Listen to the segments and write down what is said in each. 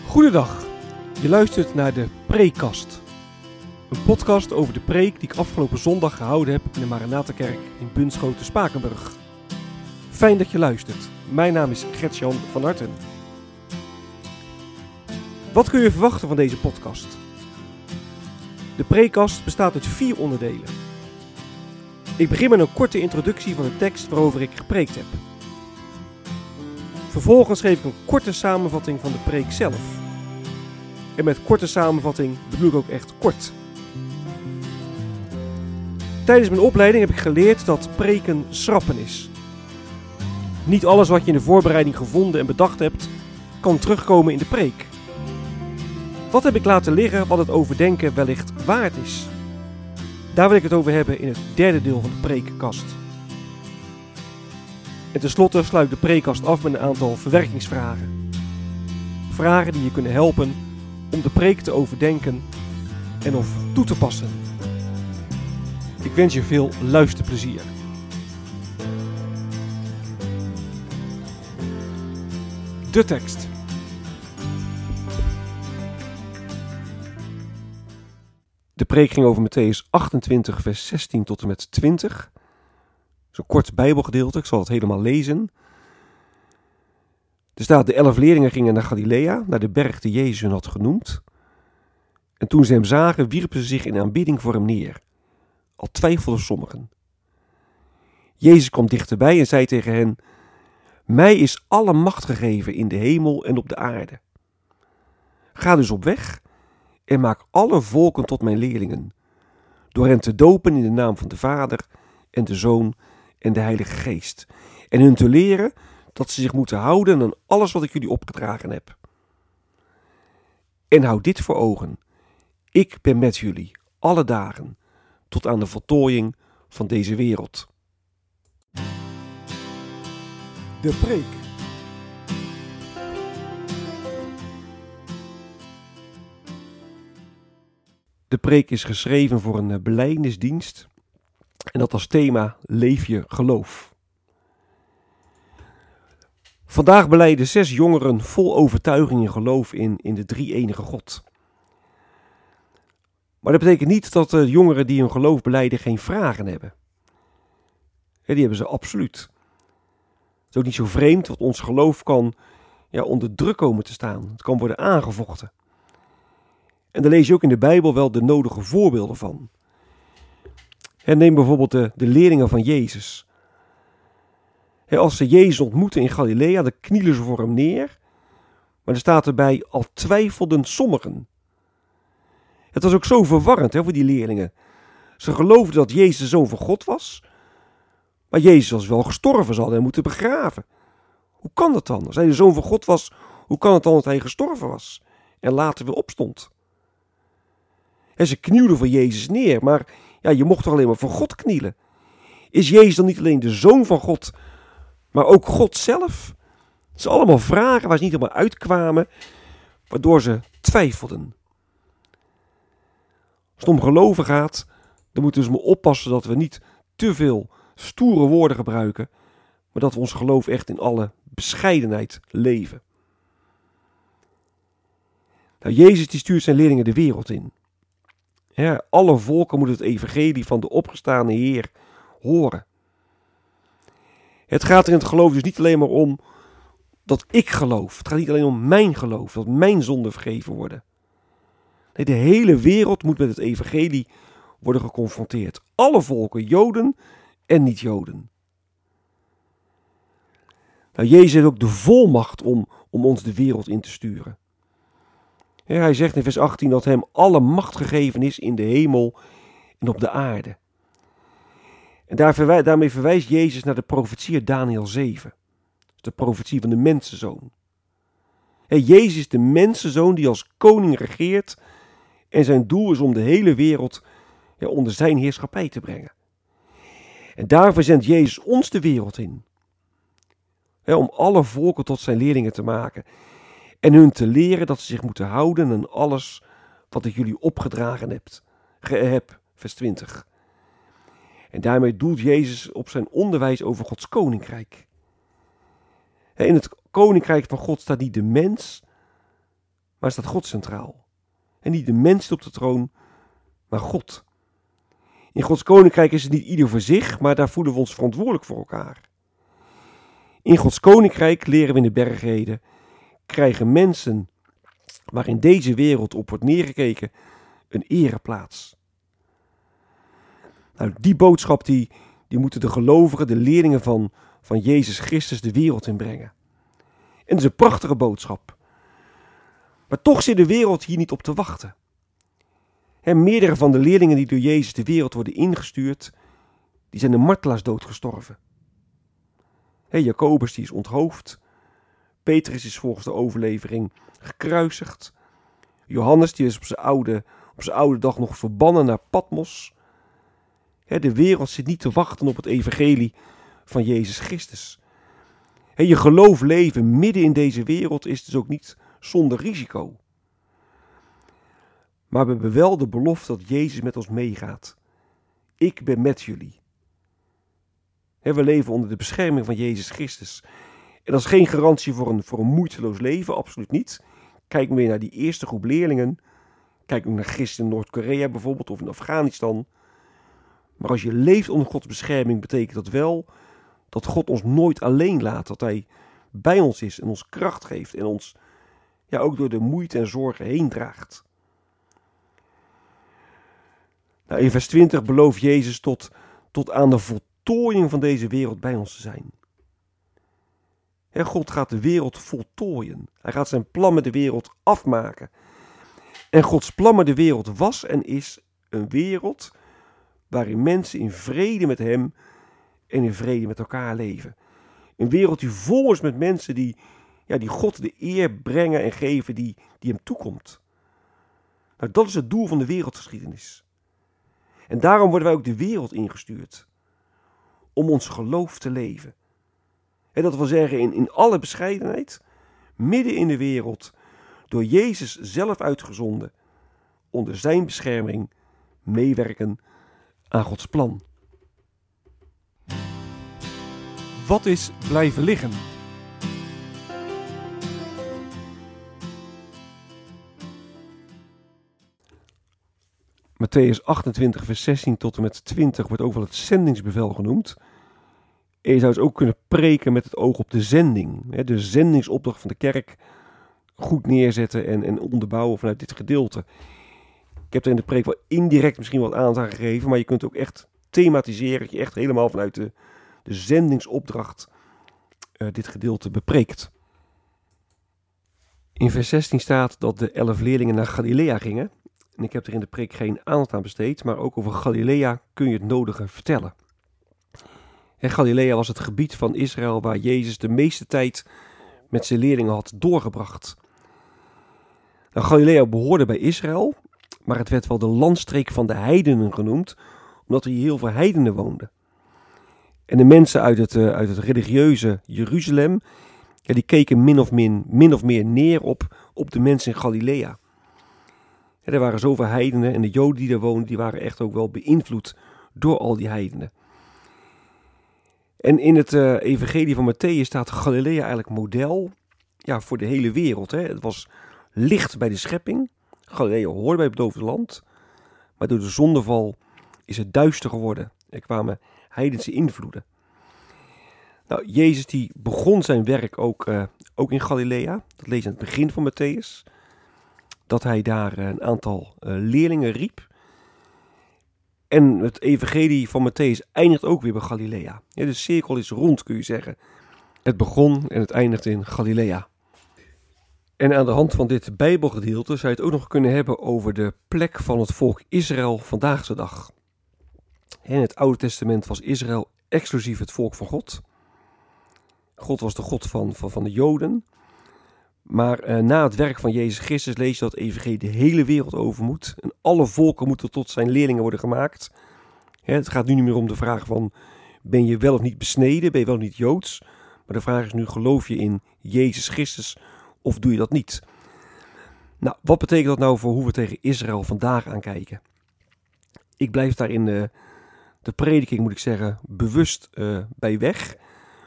Goedendag, je luistert naar de Preekkast. Een podcast over de preek die ik afgelopen zondag gehouden heb in de Maranathakerk in Bunschoten-Spakenburg. Fijn dat je luistert. Mijn naam is Gert-Jan van Harten. Wat kun je verwachten van deze podcast? De Preekkast bestaat uit 4 onderdelen. Ik begin met een korte introductie van de tekst waarover ik gepreekt heb. Vervolgens geef ik een korte samenvatting van de preek zelf. En met korte samenvatting bedoel ik ook echt kort. Tijdens mijn opleiding heb ik geleerd dat preken schrappen is. Niet alles wat je in de voorbereiding gevonden en bedacht hebt, kan terugkomen in de preek. Wat heb ik laten liggen wat het overdenken wellicht waard is? Daar wil ik het over hebben in het derde deel van de preekkast. En tenslotte sluit ik de preekkast af met een aantal verwerkingsvragen. Vragen die je kunnen helpen om de preek te overdenken en of toe te passen. Ik wens je veel luisterplezier. De tekst. De preek ging over Mattheüs 28 vers 16 tot en met 20. Zo'n kort bijbelgedeelte, ik zal het helemaal lezen. Er staat, de 11 leerlingen gingen naar Galilea, naar de berg die Jezus hun had genoemd. En toen ze hem zagen, wierpen ze zich in aanbidding voor hem neer. Al twijfelden sommigen. Jezus kwam dichterbij en zei tegen hen, mij is alle macht gegeven in de hemel en op de aarde. Ga dus op weg en maak alle volken tot mijn leerlingen, door hen te dopen in de naam van de Vader en de Zoon en de Heilige Geest, en hun te leren dat ze zich moeten houden aan alles wat ik jullie opgedragen heb. En houd dit voor ogen, ik ben met jullie alle dagen, tot aan de voltooiing van deze wereld. De preek. De preek is geschreven voor een belijdenisdienst en dat als thema leef je geloof. Vandaag belijden 6 jongeren vol overtuiging en geloof in de drie-enige God. Maar dat betekent niet dat de jongeren die hun geloof belijden geen vragen hebben. Die hebben ze absoluut. Het is ook niet zo vreemd, want ons geloof kan onder druk komen te staan. Het kan worden aangevochten. En daar lees je ook in de Bijbel wel de nodige voorbeelden van. Neem bijvoorbeeld de leerlingen van Jezus. Als ze Jezus ontmoeten in Galilea, dan knielen ze voor hem neer. Maar er staat erbij, al twijfelden sommigen. Het was ook zo verwarrend voor die leerlingen. Ze geloofden dat Jezus de Zoon van God was. Maar Jezus was wel gestorven, ze hadden hem moeten begraven. Hoe kan dat dan? Als hij de Zoon van God was, hoe kan het dan dat hij gestorven was? En later weer opstond. En ze knielden voor Jezus neer, maar je mocht toch alleen maar voor God knielen? Is Jezus dan niet alleen de Zoon van God, maar ook God zelf? Het zijn allemaal vragen waar ze niet helemaal uitkwamen, waardoor ze twijfelden. Als het om geloven gaat, dan moeten we dus maar oppassen dat we niet te veel stoere woorden gebruiken, maar dat we ons geloof echt in alle bescheidenheid leven. Jezus die stuurt zijn leerlingen de wereld in. Alle volken moeten het evangelie van de opgestane Heer horen. Het gaat er in het geloof dus niet alleen maar om dat ik geloof. Het gaat niet alleen om mijn geloof, dat mijn zonden vergeven worden. Nee, de hele wereld moet met het evangelie worden geconfronteerd. Alle volken, Joden en niet-Joden. Jezus heeft ook de volmacht om ons de wereld in te sturen. Hij zegt in vers 18 dat hem alle macht gegeven is in de hemel en op de aarde. En daarmee verwijst Jezus naar de profetie uit Daniel 7. De profetie van de mensenzoon. Jezus is de mensenzoon die als koning regeert en zijn doel is om de hele wereld onder zijn heerschappij te brengen. En daarvoor zendt Jezus ons de wereld in. Om alle volken tot zijn leerlingen te maken. En hun te leren dat ze zich moeten houden aan alles wat ik jullie opgedragen heb. Vers 20. En daarmee doelt Jezus op zijn onderwijs over Gods koninkrijk. In het koninkrijk van God staat niet de mens, Maar staat God centraal. En niet de mens op de troon, maar God. In Gods koninkrijk is het niet ieder voor zich, maar daar voelen we ons verantwoordelijk voor elkaar. In Gods koninkrijk, leren we in de bergreden, krijgen mensen waarin deze wereld op wordt neergekeken een ereplaats. Nou, die boodschap die moeten de gelovigen, de leerlingen van Jezus Christus de wereld inbrengen. En het is een prachtige boodschap. Maar toch zit de wereld hier niet op te wachten. Meerdere van de leerlingen die door Jezus de wereld worden ingestuurd, die zijn de martelaarsdood gestorven. Jacobus die is onthoofd. Petrus is volgens de overlevering gekruisigd. Johannes die is op zijn oude dag nog verbannen naar Patmos. De wereld zit niet te wachten op het evangelie van Jezus Christus. Je geloof leven midden in deze wereld is dus ook niet zonder risico. Maar we hebben wel de belofte dat Jezus met ons meegaat. Ik ben met jullie. We leven onder de bescherming van Jezus Christus. En dat is geen garantie voor een moeiteloos leven, absoluut niet. Kijk weer naar die eerste groep leerlingen. Kijk ook naar christenen in Noord-Korea bijvoorbeeld of in Afghanistan. Maar als je leeft onder Gods bescherming, betekent dat wel dat God ons nooit alleen laat. Dat Hij bij ons is en ons kracht geeft en ons ook door de moeite en zorgen heen draagt. Nou, in vers 20 belooft Jezus tot aan de voltooiing van deze wereld bij ons te zijn. God gaat de wereld voltooien. Hij gaat zijn plan met de wereld afmaken. En Gods plan met de wereld was en is een wereld waarin mensen in vrede met Hem en in vrede met elkaar leven. Een wereld die vol is met mensen die God de eer brengen en geven die Hem toekomt. Nou, dat is het doel van de wereldgeschiedenis. En daarom worden wij ook de wereld ingestuurd. Om ons geloof te leven. En dat wil zeggen in alle bescheidenheid, midden in de wereld, door Jezus zelf uitgezonden, onder zijn bescherming, meewerken aan Gods plan. Wat is blijven liggen? Mattheüs 28 vers 16 tot en met 20 wordt ook wel het zendingsbevel genoemd. En je zou het ook kunnen preken met het oog op de zending. De zendingsopdracht van de kerk goed neerzetten en onderbouwen vanuit dit gedeelte. Ik heb er in de preek wel indirect misschien wat aandacht gegeven, maar je kunt ook echt thematiseren dat je echt helemaal vanuit de zendingsopdracht dit gedeelte bepreekt. In vers 16 staat dat de 11 leerlingen naar Galilea gingen. En ik heb er in de preek geen aandacht aan besteed, maar ook over Galilea kun je het nodige vertellen. Galilea was het gebied van Israël waar Jezus de meeste tijd met zijn leerlingen had doorgebracht. Nou, Galilea behoorde bij Israël, maar het werd wel de landstreek van de heidenen genoemd, omdat er hier heel veel heidenen woonden. En de mensen uit het religieuze Jeruzalem, die keken min of meer neer op de mensen in Galilea. Er waren zoveel heidenen en de Joden die daar woonden, die waren echt ook wel beïnvloed door al die heidenen. En in het evangelie van Mattheüs staat Galilea eigenlijk model voor de hele wereld. Het was licht bij de schepping. Galilea hoorde bij het beloofde land. Maar door de zondeval is het duister geworden. Er kwamen heidense invloeden. Nou, Jezus die begon zijn werk ook in Galilea. Dat lees je aan het begin van Mattheüs. Dat hij daar een aantal leerlingen riep. En het evangelie van Mattheüs eindigt ook weer bij Galilea. De cirkel is rond, kun je zeggen. Het begon en het eindigt in Galilea. En aan de hand van dit Bijbelgedeelte zou je het ook nog kunnen hebben over de plek van het volk Israël vandaag de dag. In het Oude Testament was Israël exclusief het volk van God. God was de God van de Joden. Maar na het werk van Jezus Christus lees je dat het evangelie de hele wereld over moet. En alle volken moeten tot zijn leerlingen worden gemaakt. Het gaat nu niet meer om de vraag van, ben je wel of niet besneden? Ben je wel of niet Joods? Maar de vraag is nu, geloof je in Jezus Christus of doe je dat niet? Nou, wat betekent dat nou voor hoe we tegen Israël vandaag aankijken? Ik blijf daar in de prediking, moet ik zeggen, bewust bij weg.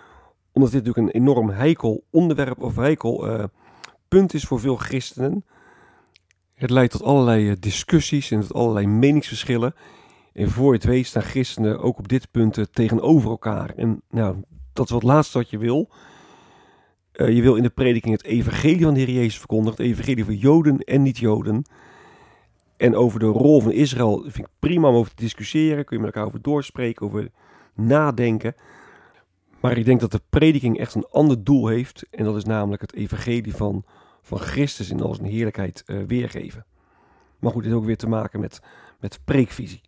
Omdat dit natuurlijk een enorm heikel onderwerp of heikel punt is voor veel christenen. Het leidt tot allerlei discussies en tot allerlei meningsverschillen. En voor je het weet staan christenen ook op dit punt tegenover elkaar. En nou, dat is wat het laatste wat je wil. Je wil in de prediking het evangelie van de Heer Jezus verkondigen. Het evangelie voor Joden en niet-Joden. En over de rol van Israël vind ik prima om over te discussiëren. Kun je met elkaar over doorspreken, over nadenken. Maar ik denk dat de prediking echt een ander doel heeft. En dat is namelijk het evangelie van Christus in al zijn heerlijkheid weergeven. Maar goed, dit heeft ook weer te maken met preekvisie.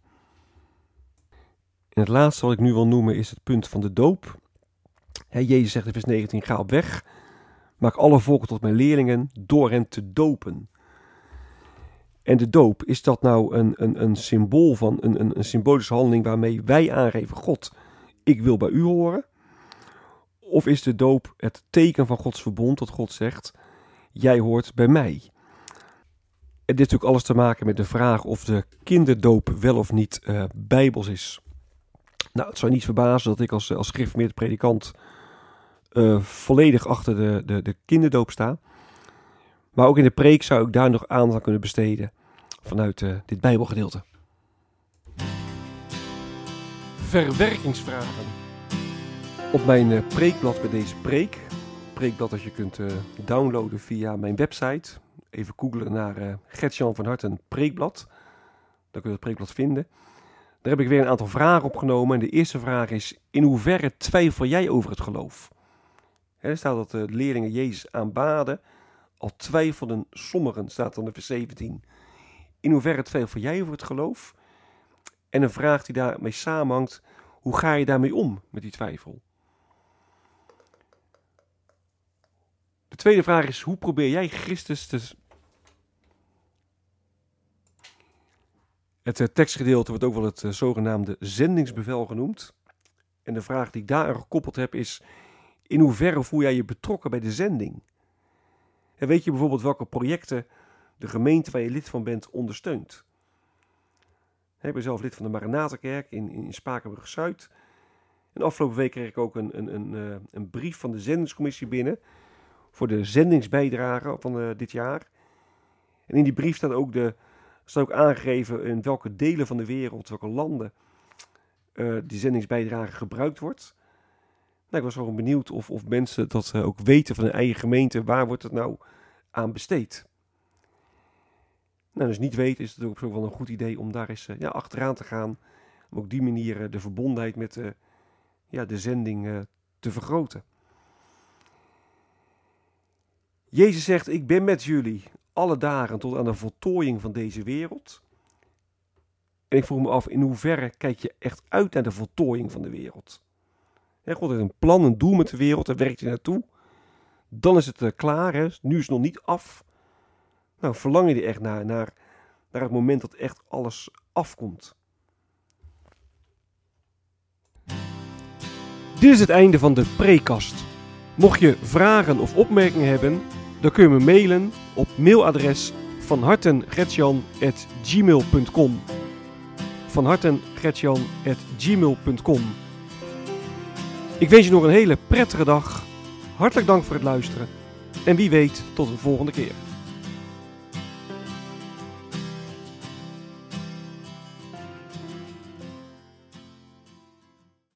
En het laatste wat ik nu wil noemen is het punt van de doop. Jezus zegt in vers 19, ga op weg. Maak alle volken tot mijn leerlingen door hen te dopen. En de doop, is dat nou een symbool van een symbolische handeling waarmee wij aangeven, God, ik wil bij u horen? Of is de doop het teken van Gods verbond dat God zegt, jij hoort bij mij? En dit heeft natuurlijk alles te maken met de vraag of de kinderdoop wel of niet bijbels is. Nou, het zou niet verbazen dat ik als gereformeerd predikant volledig achter de kinderdoop sta. Maar ook in de preek zou ik daar nog aandacht aan kunnen besteden vanuit dit Bijbelgedeelte. Verwerkingsvragen. Op mijn preekblad bij deze preekblad dat je kunt downloaden via mijn website. Even googlen naar Gert-Jan van Harten preekblad. Dan kun je het preekblad vinden. Daar heb ik weer een aantal vragen opgenomen. En de eerste vraag is, in hoeverre twijfel jij over het geloof? Er staat dat de leerlingen Jezus aanbaden. Al twijfelden sommigen, staat dan in vers 17. In hoeverre twijfel jij over het geloof? En een vraag die daarmee samenhangt, hoe ga je daarmee om met die twijfel? De tweede vraag is, hoe probeer jij Christus te... Het tekstgedeelte wordt ook wel het zogenaamde zendingsbevel genoemd. En de vraag die ik daaraan gekoppeld heb is, in hoeverre voel jij je betrokken bij de zending? En weet je bijvoorbeeld welke projecten de gemeente waar je lid van bent ondersteunt? Ik ben zelf lid van de Maranathakerk in Spakenburg-Zuid. En afgelopen week kreeg ik ook een brief van de zendingscommissie binnen voor de zendingsbijdrage van dit jaar. En in die brief staat ook aangegeven in welke delen van de wereld, welke landen die zendingsbijdrage gebruikt wordt. Nou, ik was gewoon benieuwd of mensen dat ook weten van hun eigen gemeente. Waar wordt het nou aan besteed? Nou, dus niet weten is het ook wel een goed idee om daar eens achteraan te gaan. Om op die manier de verbondenheid met de zending te vergroten. Jezus zegt, ik ben met jullie alle dagen tot aan de voltooiing van deze wereld. En ik vroeg me af, in hoeverre kijk je echt uit naar de voltooiing van de wereld? God heeft een plan, een doel met de wereld, daar werkt hij naartoe. Dan is het klaar, hè? Nu is het nog niet af. Nou, verlang je er echt naar het moment dat echt alles afkomt. Dit is het einde van de preekkast. Mocht je vragen of opmerkingen hebben, dan kun je me mailen op mailadres vanhartengretjan@gmail.com. vanhartengretjan@gmail.com. Ik wens je nog een hele prettige dag. Hartelijk dank voor het luisteren. En wie weet, tot een volgende keer.